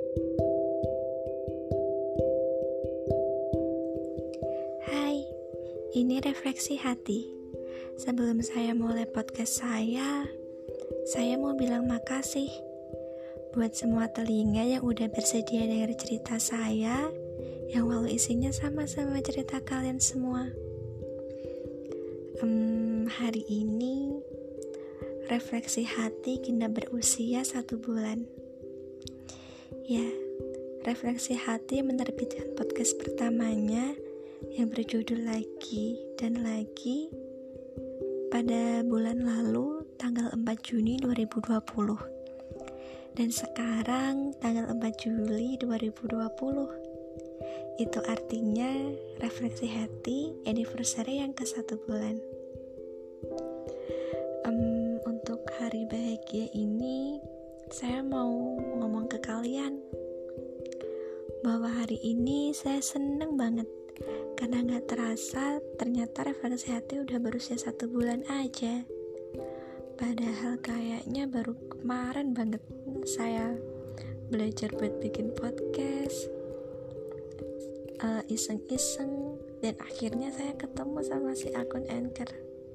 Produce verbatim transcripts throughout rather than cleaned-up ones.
Hai, ini Refleksi Hati. Sebelum saya mulai podcast saya, saya mau bilang makasih buat semua telinga yang udah bersedia dengar cerita saya, yang walau isinya sama-sama cerita kalian semua. Hmm, hari ini Refleksi Hati genap berusia satu bulan. Ya, Refleksi Hati menerbitkan podcast pertamanya yang berjudul Lagi dan Lagi pada bulan lalu tanggal empat Juni dua ribu dua puluh. Dan sekarang tanggal empat Juli dua ribu dua puluh. Itu artinya Refleksi Hati anniversary yang ke satu bulan. Um, untuk hari bahagia ini, saya mau ngomong ke kalian bahwa hari ini saya seneng banget karena gak terasa ternyata Refleksi Hati udah berusia satu bulan aja. Padahal kayaknya baru kemarin banget saya belajar buat bikin podcast, uh, iseng-iseng, dan akhirnya saya ketemu sama si akun Anchor.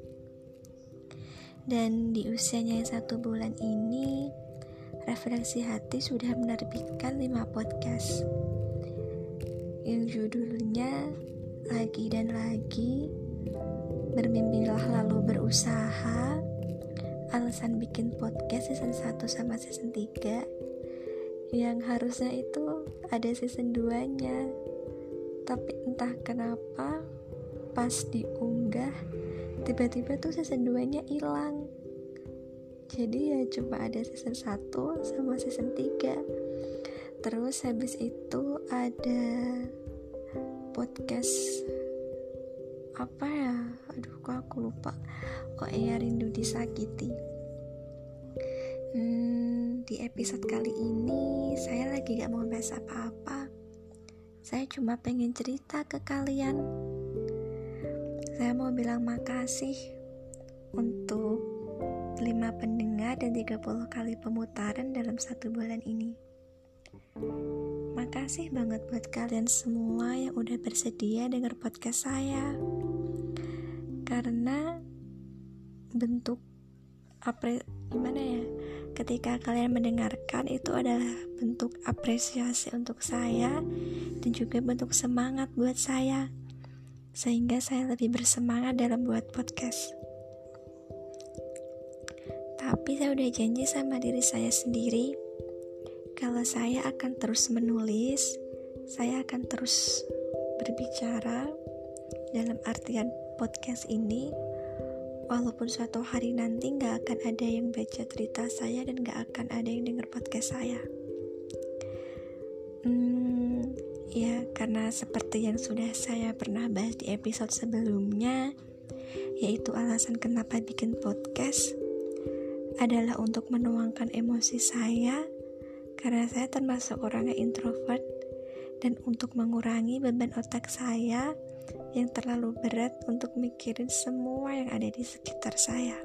Dan di usianya yang satu bulan ini, Refleksi Hati sudah menerbitkan lima podcast yang judulnya Lagi dan Lagi, Bermimpilah Lalu Berusaha, Alasan Bikin Podcast season satu sama season tiga, yang harusnya itu ada season dua-nya, tapi entah kenapa pas diunggah tiba-tiba tuh season dua-nya hilang. Jadi ya cuma ada season satu sama season tiga. Terus habis itu ada podcast apa ya? Aduh kok aku lupa. Oh iya, Rindu Disakiti. Hmm, di episode kali ini saya lagi gak mau bahas apa-apa. Saya cuma pengen cerita ke kalian. Saya mau bilang makasih untuk lima pendengar dan tiga puluh kali pemutaran dalam satu bulan ini. Makasih banget buat kalian semua yang udah bersedia dengar podcast saya. Karena bentuk apre gimana ya? Ketika kalian mendengarkan itu adalah bentuk apresiasi untuk saya dan juga bentuk semangat buat saya. Sehingga saya lebih bersemangat dalam buat podcast. Tapi saya udah janji sama diri saya sendiri, kalau saya akan terus menulis, saya akan terus berbicara dalam artian podcast ini, walaupun suatu hari nanti gak akan ada yang baca cerita saya dan gak akan ada yang dengar podcast saya. Hmm, ya karena seperti yang sudah saya pernah bahas di episode sebelumnya, yaitu alasan kenapa bikin podcast adalah untuk menuangkan emosi saya, karena saya termasuk orang yang introvert, dan untuk mengurangi beban otak saya yang terlalu berat untuk mikirin semua yang ada di sekitar saya.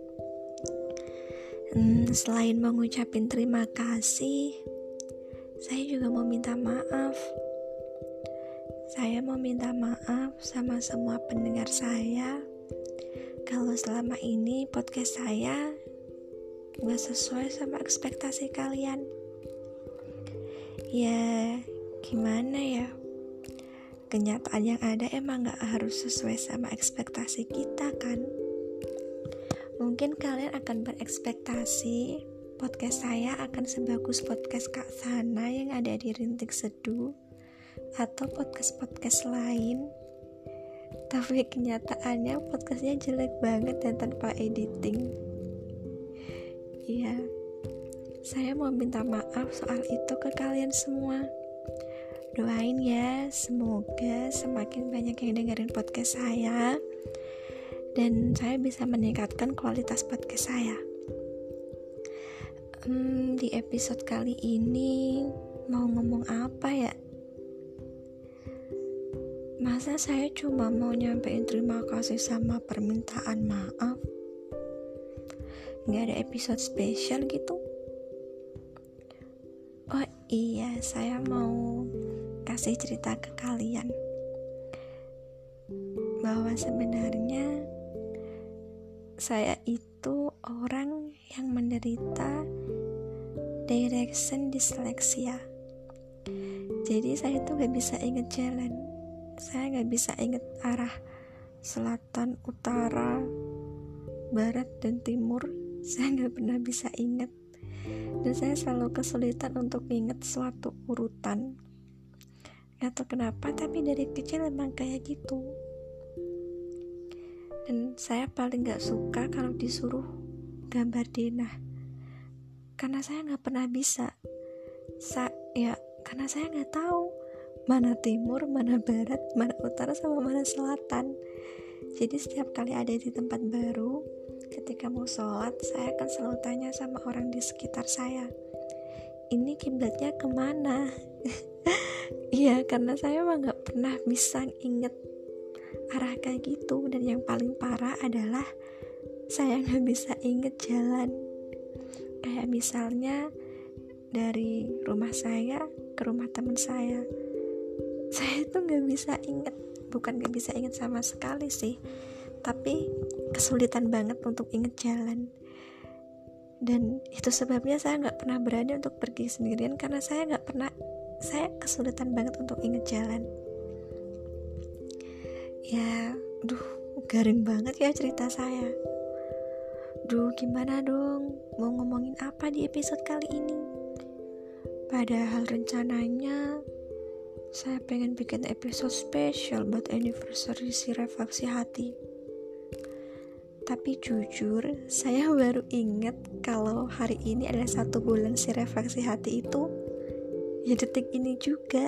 Hmm, selain mengucapin terima kasih, saya juga mau minta maaf. Saya mau minta maaf sama semua pendengar saya kalau selama ini podcast saya gak sesuai sama ekspektasi kalian. Ya gimana ya, kenyataan yang ada emang gak harus sesuai sama ekspektasi kita kan. Mungkin kalian akan berekspektasi podcast saya akan sebagus podcast Kak Sana yang ada di Rintik Seduh atau podcast-podcast lain. Tapi kenyataannya podcastnya jelek banget dan tanpa editing. Iya, saya mau minta maaf soal itu ke kalian semua. Doain ya, semoga semakin banyak yang dengerin podcast saya dan saya bisa meningkatkan kualitas podcast saya. Hmm, di episode kali ini mau ngomong apa ya? Masa saya cuma mau nyampein terima kasih sama permintaan maaf? Gak ada episode spesial gitu? Oh iya, saya mau kasih cerita ke kalian bahwa sebenarnya saya itu orang yang menderita direction dyslexia. Jadi saya tuh gak bisa inget jalan, saya gak bisa inget arah selatan, utara, barat, dan timur. Saya gak pernah bisa inget. Dan saya selalu kesulitan untuk inget suatu urutan. Gak tahu kenapa, tapi dari kecil emang kayak gitu. Dan saya paling gak suka kalau disuruh gambar denah, karena saya gak pernah bisa. Sa ya karena saya gak tahu mana timur, mana barat, mana utara, sama mana selatan. Jadi setiap kali ada di tempat baru, ketika mau sholat, saya akan selalu tanya sama orang di sekitar saya, ini kiblatnya kemana? Iya, karena saya emang gak pernah bisa inget arah kayak gitu. Dan yang paling parah adalah saya gak bisa inget jalan. Kayak misalnya dari rumah saya ke rumah teman saya, saya tuh gak bisa inget. Bukan gak bisa inget sama sekali sih, tapi kesulitan banget untuk inget jalan. Dan itu sebabnya saya gak pernah berani untuk pergi sendirian, karena saya gak pernah saya kesulitan banget untuk inget jalan. Ya, duh, garing banget ya cerita saya. Duh, gimana dong? Mau ngomongin apa di episode kali ini? Padahal rencananya saya pengen bikin episode spesial buat anniversary si refleksi hati. Tapi jujur, saya baru inget kalau hari ini adalah satu bulan si refleksi hati itu. Ya detik ini juga.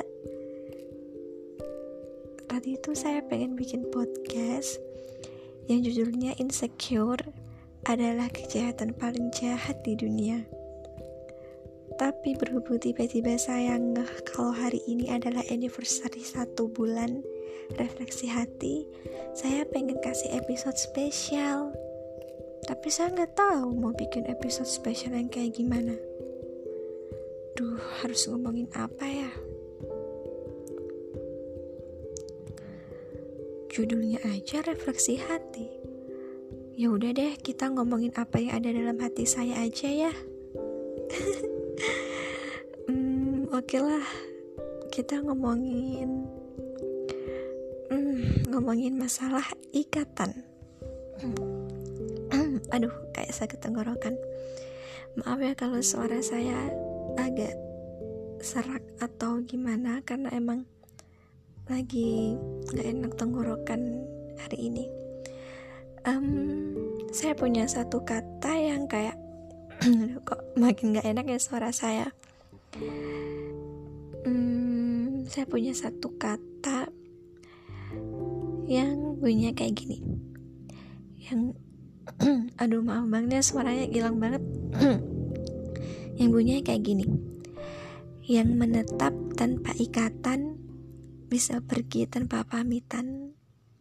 Tadi itu saya pengen bikin podcast yang judulnya Insecure adalah kejahatan paling jahat di dunia. Tapi berhubung tiba-tiba saya ngeh kalau hari ini adalah anniversary satu bulan refleksi hati, saya pengen kasih episode spesial. Tapi saya nggak tahu mau bikin episode spesial yang kayak gimana. Duh, harus ngomongin apa ya? Judulnya aja refleksi hati. Ya udah deh, kita ngomongin apa yang ada dalam hati saya aja ya. hmm, Oke okay lah, kita ngomongin hmm, ngomongin masalah ikatan. Hmm. Aduh, kayak sakit tenggorokan. Maaf ya kalau suara saya agak serak atau gimana, karena emang lagi gak enak tenggorokan hari ini. um, Saya punya satu kata yang kayak kok makin gak enak ya suara saya. um, Saya punya satu kata yang bunyinya kayak gini. Yang aduh maaf banget ya, suaranya hilang banget. Yang bunyinya kayak gini. Yang menetap tanpa ikatan bisa pergi tanpa pamitan.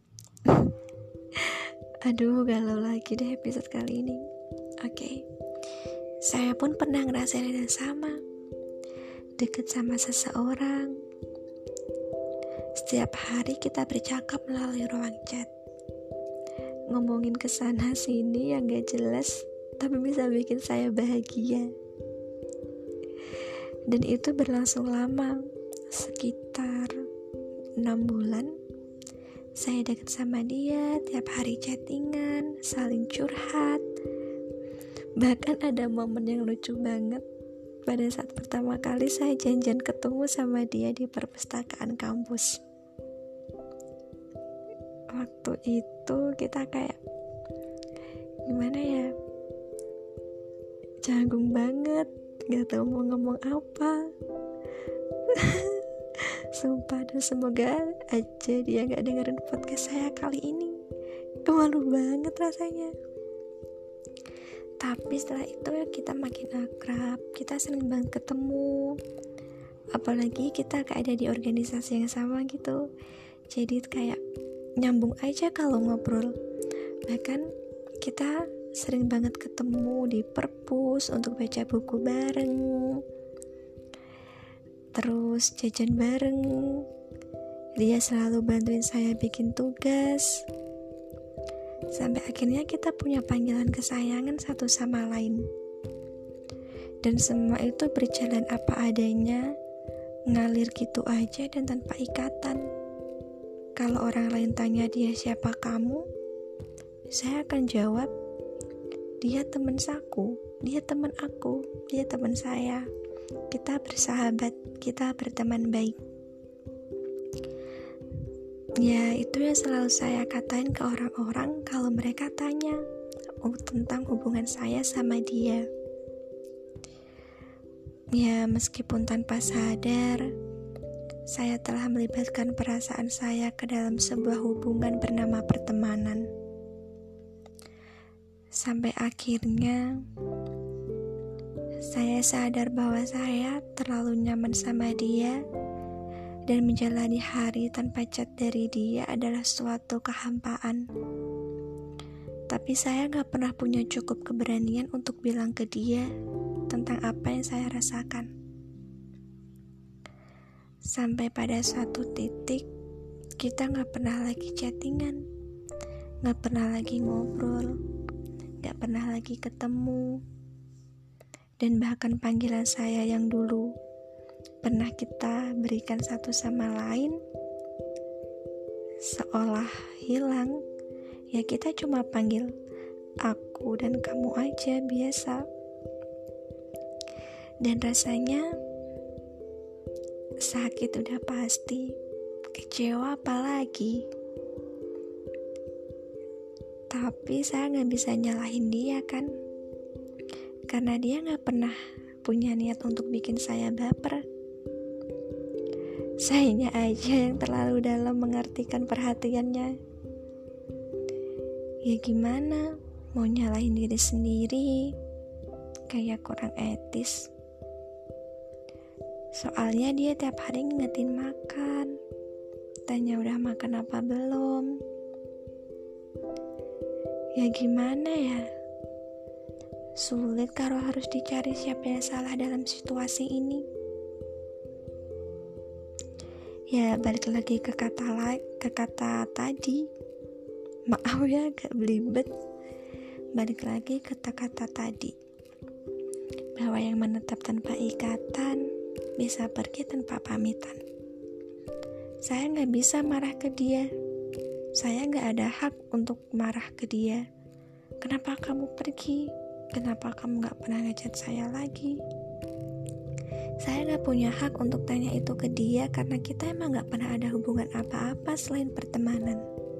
Aduh, galau lagi deh episode kali ini. Oke, okay. Saya pun pernah ngerasain yang sama. Deket sama seseorang. Setiap hari kita bercakap melalui ruang chat, ngomongin kesana sini yang gak jelas, tapi bisa bikin saya bahagia. Dan itu berlangsung lama, sekitar enam bulan. Saya deket sama dia, tiap hari chattingan, saling curhat. Bahkan ada momen yang lucu banget. Pada saat pertama kali saya janjian ketemu sama dia di perpustakaan kampus. Waktu itu kita kayak, gimana ya, canggung banget, gak tahu mau ngomong apa. Sumpah, dan semoga aja dia gak dengerin podcast saya kali ini. Malu banget rasanya. Tapi setelah itu kita makin akrab, kita sering banget ketemu. Apalagi kita kayak ada di organisasi yang sama gitu. Jadi kayak nyambung aja kalau ngobrol. Bahkan kita sering banget ketemu di perpus untuk baca buku bareng. terus jajan bareng. Dia selalu bantuin saya bikin tugas. Sampai akhirnya kita punya panggilan kesayangan satu sama lain. Dan semua itu berjalan apa adanya, ngalir gitu aja dan tanpa ikatan. Kalau orang lain tanya dia siapa kamu, saya akan jawab, dia teman saku, dia teman aku, dia teman saya. Kita bersahabat, kita berteman baik. Ya, itu yang selalu saya katain ke orang-orang kalau mereka tanya oh, tentang hubungan saya sama dia. Ya, meskipun tanpa sadar, saya telah melibatkan perasaan saya ke dalam sebuah hubungan bernama pertemanan. Sampai akhirnya, saya sadar bahwa saya terlalu nyaman sama dia, dan menjalani hari tanpa chat dari dia adalah suatu kehampaan. Tapi saya gak pernah punya cukup keberanian untuk bilang ke dia tentang apa yang saya rasakan. Sampai pada suatu titik, kita gak pernah lagi chattingan, gak pernah lagi ngobrol, gak pernah lagi ketemu. Dan bahkan panggilan saya yang dulu pernah kita berikan satu sama lain seolah hilang. Ya kita cuma panggil aku dan kamu aja biasa. Dan rasanya sakit udah pasti, kecewa apalagi. Tapi saya gak bisa nyalahin dia kan, karena dia gak pernah punya niat untuk bikin saya baper. Sayanya aja yang terlalu dalam mengartikan perhatiannya. Ya gimana, mau nyalahin diri sendiri, kayak kurang etis. Soalnya dia tiap hari ngingetin makan, tanya udah makan apa belum. Ya gimana ya, sulit kalau harus dicari siapa yang salah dalam situasi ini. Ya balik lagi ke kata la- ke kata tadi. Maaf ya agak belibet. Balik lagi ke kata tadi, bahwa yang menetap tanpa ikatan bisa pergi tanpa pamitan. Saya gak bisa marah ke dia. Saya gak ada hak untuk marah ke dia. Kenapa kamu pergi? Kenapa kamu gak pernah ngechat saya lagi? Saya gak punya hak untuk tanya itu ke dia, karena kita emang gak pernah ada hubungan apa-apa selain pertemanan.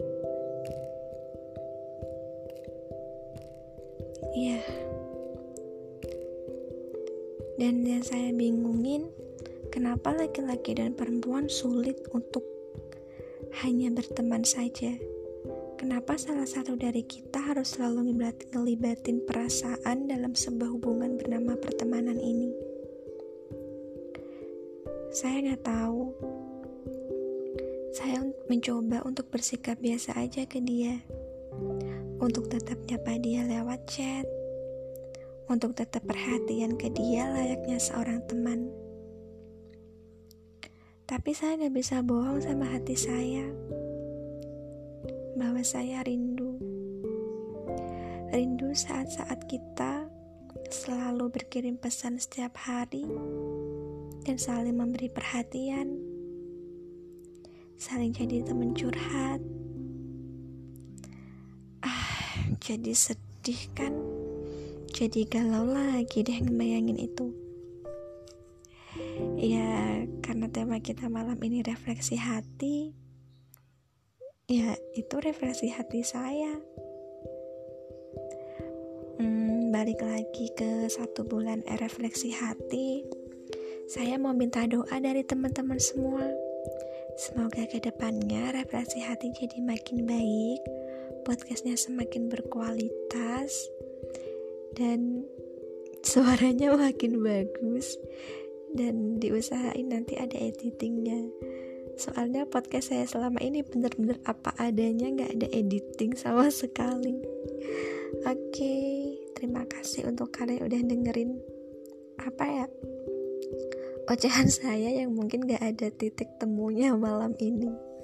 Iya. Dan yang saya bingungin, kenapa laki-laki dan perempuan sulit untuk hanya berteman saja? Kenapa salah satu dari kita harus selalu ngelibatin perasaan dalam sebuah hubungan bernama pertemanan ini? Saya gak tahu. Saya mencoba untuk bersikap biasa aja ke dia, untuk tetap nyapa dia lewat chat, untuk tetap perhatian ke dia layaknya seorang teman. Tapi saya gak bisa bohong sama hati saya, bahwa saya rindu. Rindu saat-saat kita selalu berkirim pesan setiap hari, dan saling memberi perhatian, saling jadi teman curhat. Ah, jadi sedih kan? Jadi galau lagi deh ngebayangin itu. Ya, karena tema kita malam ini refleksi hati, ya itu refleksi hati saya. Hmm, balik lagi ke satu bulan eh, refleksi hati. Saya mau minta doa dari teman-teman semua. Semoga kedepannya refleksi hati jadi makin baik, podcastnya semakin berkualitas, dan suaranya makin bagus, dan diusahain nanti ada editingnya. Soalnya podcast saya selama ini bener-bener apa adanya, gak ada editing sama sekali. Oke, terima kasih untuk kalian udah dengerin apa ya ocehan saya yang mungkin gak ada titik temunya malam ini.